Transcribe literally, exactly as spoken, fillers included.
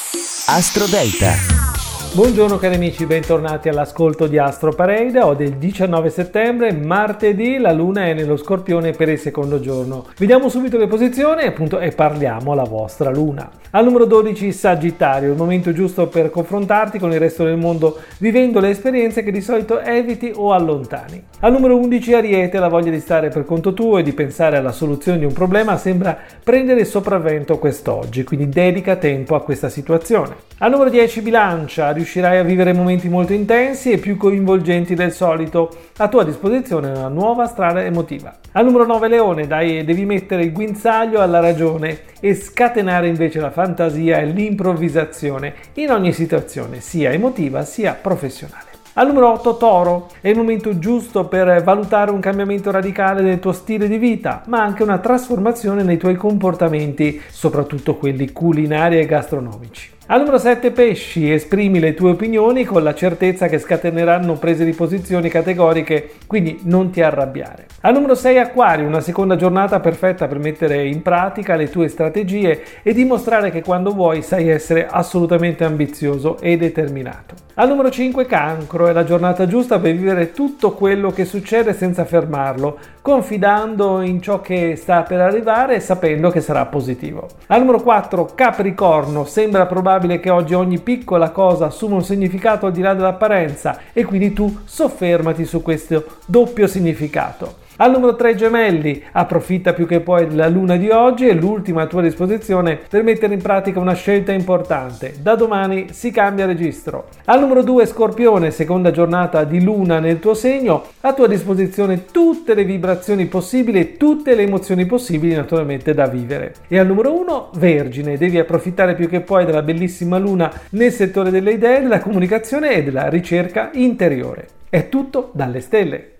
Astro Data. Buongiorno cari amici, bentornati all'ascolto di Astro Parade. Oggi è il diciannove settembre, martedì, la luna è nello Scorpione per il secondo giorno. Vediamo subito le posizioni appunto, e parliamo alla vostra luna. Al numero dodici Sagittario, il momento giusto per confrontarti con il resto del mondo vivendo le esperienze che di solito eviti o allontani. Al numero undici Ariete, la voglia di stare per conto tuo e di pensare alla soluzione di un problema sembra prendere il sopravvento quest'oggi, quindi dedica tempo a questa situazione. Al numero dieci Bilancia, riuscirai a vivere momenti molto intensi e più coinvolgenti del solito. A tua disposizione una nuova strada emotiva. Al numero nove Leone, dai, devi mettere il guinzaglio alla ragione e scatenare invece la fantasia e l'improvvisazione in ogni situazione, sia emotiva sia professionale. Al numero otto Toro, è il momento giusto per valutare un cambiamento radicale del tuo stile di vita, ma anche una trasformazione nei tuoi comportamenti, soprattutto quelli culinari e gastronomici. Al numero sette Pesci, esprimi le tue opinioni con la certezza che scateneranno prese di posizioni categoriche, quindi non ti arrabbiare. Al numero sei Acquario, una seconda giornata perfetta per mettere in pratica le tue strategie e dimostrare che quando vuoi sai essere assolutamente ambizioso e determinato. Al numero cinque Cancro, è la giornata giusta per vivere tutto quello che succede senza fermarlo, confidando in ciò che sta per arrivare e sapendo che sarà positivo. Al numero quattro Capricorno, sembra probabile che oggi ogni piccola cosa assuma un significato al di là dell'apparenza e quindi tu soffermati su questo doppio significato. Al numero tre Gemelli, approfitta più che puoi della luna di oggi e l'ultima a tua disposizione per mettere in pratica una scelta importante. Da domani si cambia registro. Al numero due Scorpione, seconda giornata di luna nel tuo segno, a tua disposizione tutte le vibrazioni possibili e tutte le emozioni possibili naturalmente da vivere. E al numero uno Vergine, devi approfittare più che puoi della bellissima luna nel settore delle idee, della comunicazione e della ricerca interiore. È tutto dalle stelle.